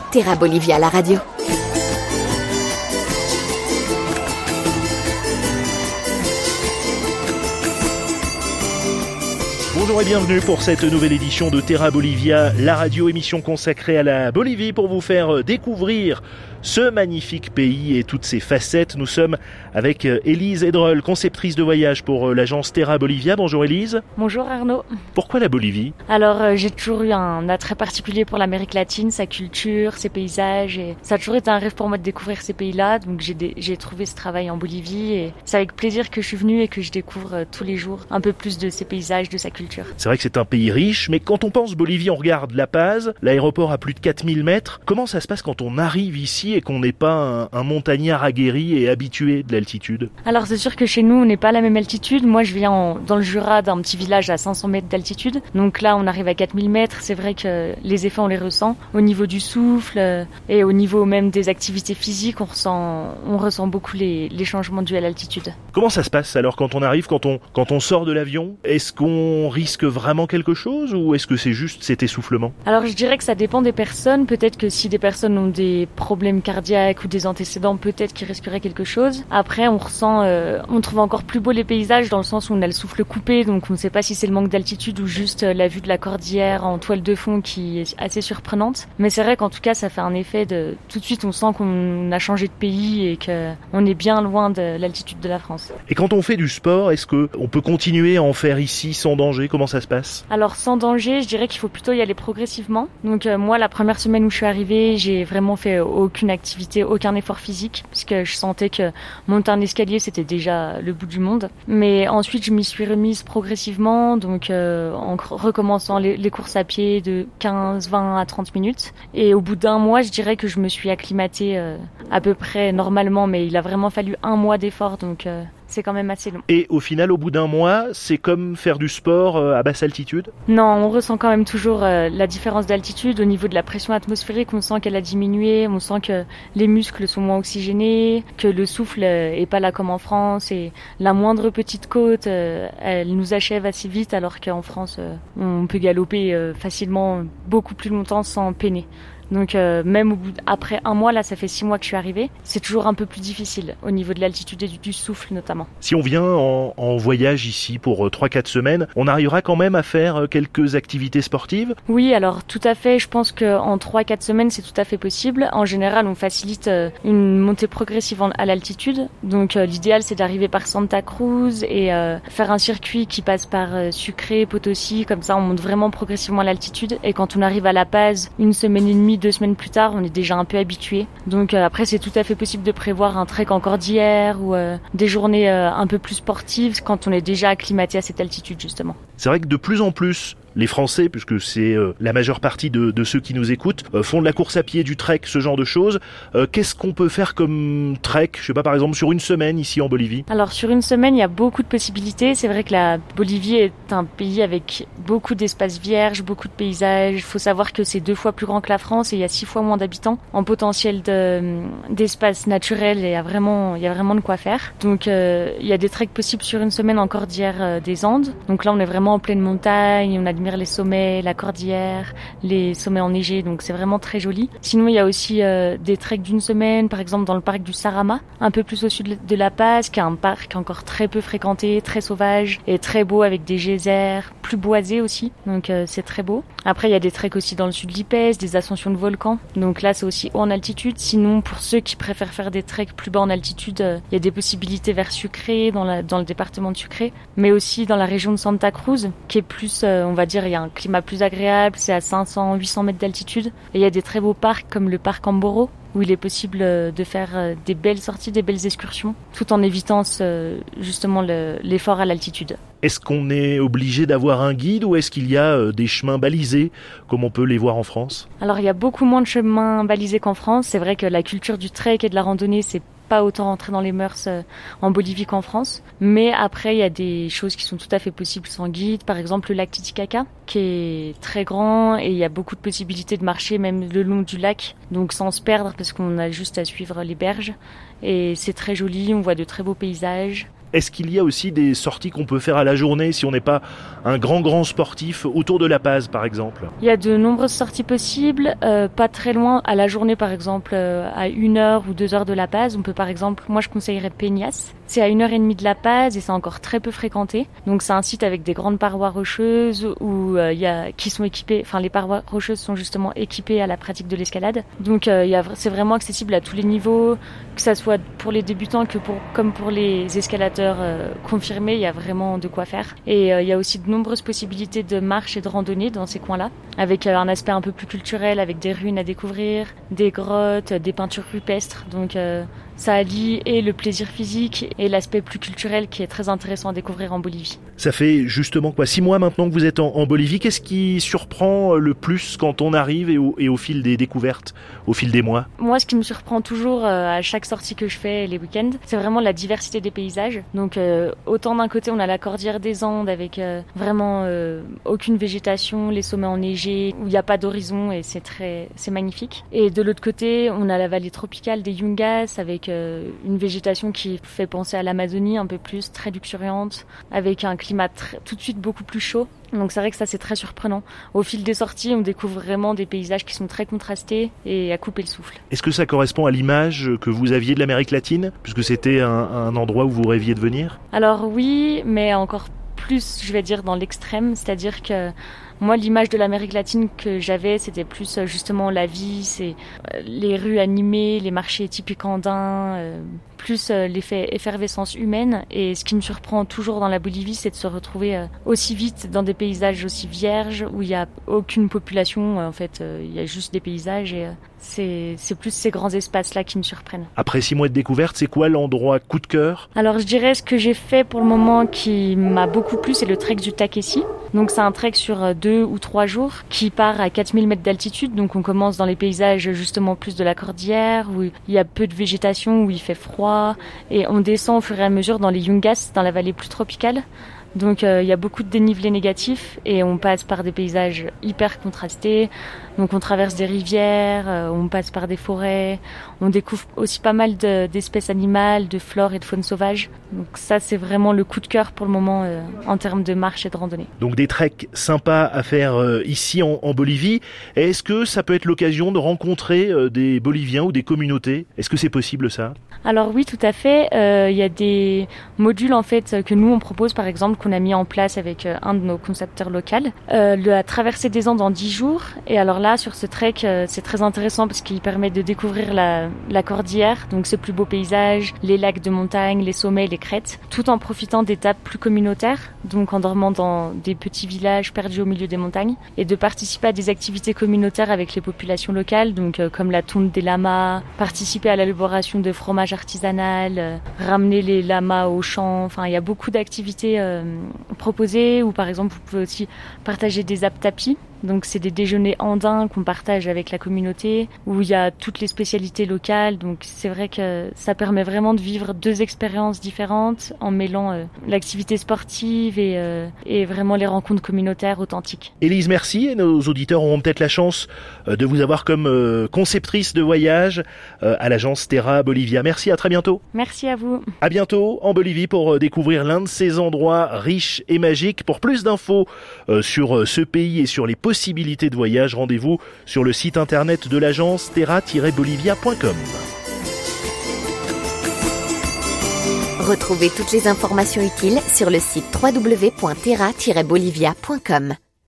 Terra Bolivia, la radio. Bonjour et bienvenue pour cette nouvelle édition de Terra Bolivia, la radio émission consacrée à la Bolivie pour vous faire découvrir ce magnifique pays et toutes ses facettes. Nous sommes avec Élise Edrol, conceptrice de voyage pour l'agence Terra Bolivia. Bonjour Élise. Bonjour Arnaud. Pourquoi la Bolivie ? Alors j'ai toujours eu un attrait particulier pour l'Amérique latine, sa culture, ses paysages, et ça a toujours été un rêve pour moi de découvrir ces pays-là. Donc j'ai trouvé ce travail en Bolivie et c'est avec plaisir que je suis venue et que je découvre tous les jours un peu plus de ses paysages, de sa culture. C'est vrai que c'est un pays riche, mais quand on pense Bolivie, on regarde La Paz, l'aéroport à plus de 4000 mètres. Comment ça se passe quand on arrive ici et qu'on n'est pas un montagnard aguerri et habitué de l'altitude ? Alors c'est sûr que chez nous on n'est pas à la même altitude. Moi je viens dans le Jura, d'un petit village à 500 mètres d'altitude. Donc là on arrive à 4000 mètres. C'est vrai que les effets on les ressent au niveau du souffle et au niveau même des activités physiques. On ressent beaucoup les changements dus à l'altitude. Comment ça se passe alors quand on arrive, quand on sort de l'avion ? Est-ce qu'on risque vraiment quelque chose ou est-ce que c'est juste cet essoufflement ? Alors je dirais que ça dépend des personnes. Peut-être que si des personnes ont des problèmes cardiaques ou des antécédents, peut-être qu'ils risqueraient quelque chose. Après on trouve encore plus beau les paysages dans le sens où on a le souffle coupé, donc on ne sait pas si c'est le manque d'altitude ou juste la vue de la cordillère en toile de fond qui est assez surprenante. Mais c'est vrai qu'en tout cas ça fait un effet de tout de suite on sent qu'on a changé de pays et qu'on est bien loin de l'altitude de la France. Et quand on fait du sport, est-ce qu'on peut continuer à en faire ici sans danger ? Comment ça se passe ? Alors sans danger, je dirais qu'il faut plutôt y aller progressivement. Donc moi la première semaine où je suis arrivée, j'ai vraiment fait aucune activité, aucun effort physique, puisque je sentais que monter un escalier c'était déjà le bout du monde. Mais ensuite je m'y suis remise progressivement, donc en recommençant les courses à pied de 15, 20 à 30 minutes. Et au bout d'un mois, je dirais que je me suis acclimatée à peu près normalement, mais il a vraiment fallu un mois d'effort, donc c'est quand même assez long. Et au final, au bout d'un mois, c'est comme faire du sport à basse altitude ? Non, on ressent quand même toujours la différence d'altitude. Au niveau de la pression atmosphérique, on sent qu'elle a diminué, on sent que les muscles sont moins oxygénés, que le souffle est pas là comme en France, et la moindre petite côte, elle nous achève assez vite, alors qu'en France, on peut galoper facilement beaucoup plus longtemps sans peiner. Donc même après un mois, là ça fait 6 mois que je suis arrivée, c'est toujours un peu plus difficile au niveau de l'altitude et du souffle notamment. Si on vient en voyage ici pour 3-4 semaines, on arrivera quand même à faire quelques activités sportives ? Oui, alors tout à fait, je pense qu'en 3-4 semaines c'est tout à fait possible. En général on facilite une montée progressive à l'altitude, donc l'idéal c'est d'arriver par Santa Cruz et faire un circuit qui passe par Sucre, Potosí, comme ça on monte vraiment progressivement à l'altitude, et quand on arrive à La Paz, 1 semaine et demie, 2 semaines plus tard, on est déjà un peu habitué. Donc après c'est tout à fait possible de prévoir un trek en cordillère ou des journées un peu plus sportives quand on est déjà acclimaté à cette altitude justement. C'est vrai que de plus en plus les Français, puisque c'est la majeure partie de ceux qui nous écoutent, font de la course à pied, du trek, ce genre de choses. Qu'est-ce qu'on peut faire comme trek, je sais pas, par exemple sur une semaine ici en Bolivie ? Alors sur une semaine, il y a beaucoup de possibilités. C'est vrai que la Bolivie est un pays avec beaucoup d'espaces vierges, beaucoup de paysages. Il faut savoir que c'est 2 fois plus grand que la France et il y a 6 fois moins d'habitants. En potentiel d'espace naturel, il y a vraiment de quoi faire. Donc il y a des treks possibles sur une semaine en cordillère des Andes. Donc là on est vraiment en pleine montagne, on admire les sommets, la cordillère, les sommets enneigés, donc c'est vraiment très joli. Sinon il y a aussi des treks d'une semaine, par exemple dans le parc du Sarama, un peu plus au sud de La Paz, qui est un parc encore très peu fréquenté, très sauvage et très beau, avec des geysers, plus boisés aussi, donc c'est très beau. Après il y a des treks aussi dans le sud de l'Ipèze, des ascensions de volcans, donc là c'est aussi haut en altitude. Sinon pour ceux qui préfèrent faire des treks plus bas en altitude, il y a des possibilités vers Sucre, dans le département de Sucre, mais aussi dans la région de Santa Cruz, qui est plus, on va dire, il y a un climat plus agréable, c'est à 500-800 mètres d'altitude. Et il y a des très beaux parcs comme le parc Amboro, où il est possible de faire des belles sorties, des belles excursions, tout en évitant justement l'effort à l'altitude. Est-ce qu'on est obligé d'avoir un guide ou est-ce qu'il y a des chemins balisés comme on peut les voir en France ? Alors il y a beaucoup moins de chemins balisés qu'en France. C'est vrai que la culture du trek et de la randonnée, c'est pas autant rentré dans les mœurs en Bolivie qu'en France. Mais après, il y a des choses qui sont tout à fait possibles sans guide. Par exemple, le lac Titicaca, qui est très grand et il y a beaucoup de possibilités de marcher même le long du lac. Donc sans se perdre parce qu'on a juste à suivre les berges. Et c'est très joli, on voit de très beaux paysages. Est-ce qu'il y a aussi des sorties qu'on peut faire à la journée si on n'est pas un grand sportif autour de La Paz par exemple? Il y a de nombreuses sorties possibles, pas très loin à la journée par exemple, à 1h ou 2h de La Paz. On peut par exemple, moi je conseillerais Peñas. C'est à 1h30 de La Paz et c'est encore très peu fréquenté. Donc c'est un site avec des grandes parois rocheuses où qui sont équipées, enfin les parois rocheuses sont justement équipées à la pratique de l'escalade. Donc c'est vraiment accessible à tous les niveaux, que ça soit pour les débutants comme pour les escalateurs confirmés, il y a vraiment de quoi faire. Et il y a aussi de nombreuses possibilités de marche et de randonnée dans ces coins-là, avec un aspect un peu plus culturel, avec des ruines à découvrir, des grottes, des peintures rupestres. Donc ça allie et le plaisir physique et l'aspect plus culturel qui est très intéressant à découvrir en Bolivie. Ça fait justement 6 mois maintenant que vous êtes en Bolivie. Qu'est-ce qui surprend le plus quand on arrive et au fil des découvertes, au fil des mois? Moi, ce qui me surprend toujours à chaque sortie que je fais les week-ends, c'est vraiment la diversité des paysages. Donc autant d'un côté on a la cordillère des Andes avec vraiment aucune végétation, les sommets enneigés, où il n'y a pas d'horizon et c'est magnifique. Et de l'autre côté, on a la vallée tropicale des Yungas avec une végétation qui fait penser à l'Amazonie un peu plus, très luxuriante, avec un climat tout de suite beaucoup plus chaud. Donc c'est vrai que ça c'est très surprenant. Au fil des sorties, on découvre vraiment des paysages qui sont très contrastés et à couper le souffle. Est-ce que ça correspond à l'image que vous aviez de l'Amérique latine, puisque c'était un endroit où vous rêviez de venir? Alors oui, mais encore plus, je vais dire, dans l'extrême, c'est-à-dire que moi, l'image de l'Amérique latine que j'avais, c'était plus justement la vie, c'est les rues animées, les marchés typiques andins, plus l'effet effervescence humaine. Et ce qui me surprend toujours dans la Bolivie, c'est de se retrouver aussi vite dans des paysages aussi vierges, où il n'y a aucune population, en fait, il y a juste des paysages et c'est plus ces grands espaces-là qui me surprennent. Après 6 mois de découverte, c'est quoi l'endroit coup de cœur? Alors je dirais ce que j'ai fait pour le moment qui m'a beaucoup plu, c'est le trek du Taquesi. Donc c'est un trek sur 2 ou 3 jours qui part à 4000 mètres d'altitude. Donc on commence dans les paysages justement plus de la cordillère où il y a peu de végétation, où il fait froid. Et on descend au fur et à mesure dans les Yungas, dans la vallée plus tropicale. Donc il y a beaucoup de dénivelé négatif et on passe par des paysages hyper contrastés. Donc on traverse des rivières, on passe par des forêts, on découvre aussi pas mal d'espèces animales, de flore et de faune sauvage. Donc ça c'est vraiment le coup de cœur pour le moment en termes de marche et de randonnée. Donc des treks sympas à faire ici en Bolivie. Est-ce que ça peut être l'occasion de rencontrer des Boliviens ou des communautés? Est-ce que c'est possible ça? Alors oui, tout à fait. Il y a des modules en fait que nous on propose par exemple qu'on a mis en place avec un de nos concepteurs locaux. La traversée des Andes en 10 jours. Et alors là, sur ce trek, c'est très intéressant parce qu'il permet de découvrir la cordillère, donc ce plus beau paysage, les lacs de montagne, les sommets, les crêtes, tout en profitant d'étapes plus communautaires, donc en dormant dans des petits villages perdus au milieu des montagnes, et de participer à des activités communautaires avec les populations locales, donc comme la tonte des lamas, participer à l'élaboration de fromages artisanal, ramener les lamas au champ. Enfin, il y a beaucoup d'activités proposées, ou par exemple vous pouvez aussi partager des aptapis. Donc c'est des déjeuners andins qu'on partage avec la communauté où il y a toutes les spécialités locales. Donc c'est vrai que ça permet vraiment de vivre 2 expériences différentes en mêlant l'activité sportive et vraiment les rencontres communautaires authentiques. Élise, merci. Et nos auditeurs auront peut-être la chance de vous avoir comme conceptrice de voyage à l'agence Terra Bolivia. Merci, à très bientôt. Merci à vous. À bientôt en Bolivie pour découvrir l'un de ces endroits riches et magiques. Pour plus d'infos sur ce pays et sur les possibilités de voyage, rendez-vous sur le site internet de l'agence terra-bolivia.com. Retrouvez toutes les informations utiles sur le site www.terra-bolivia.com.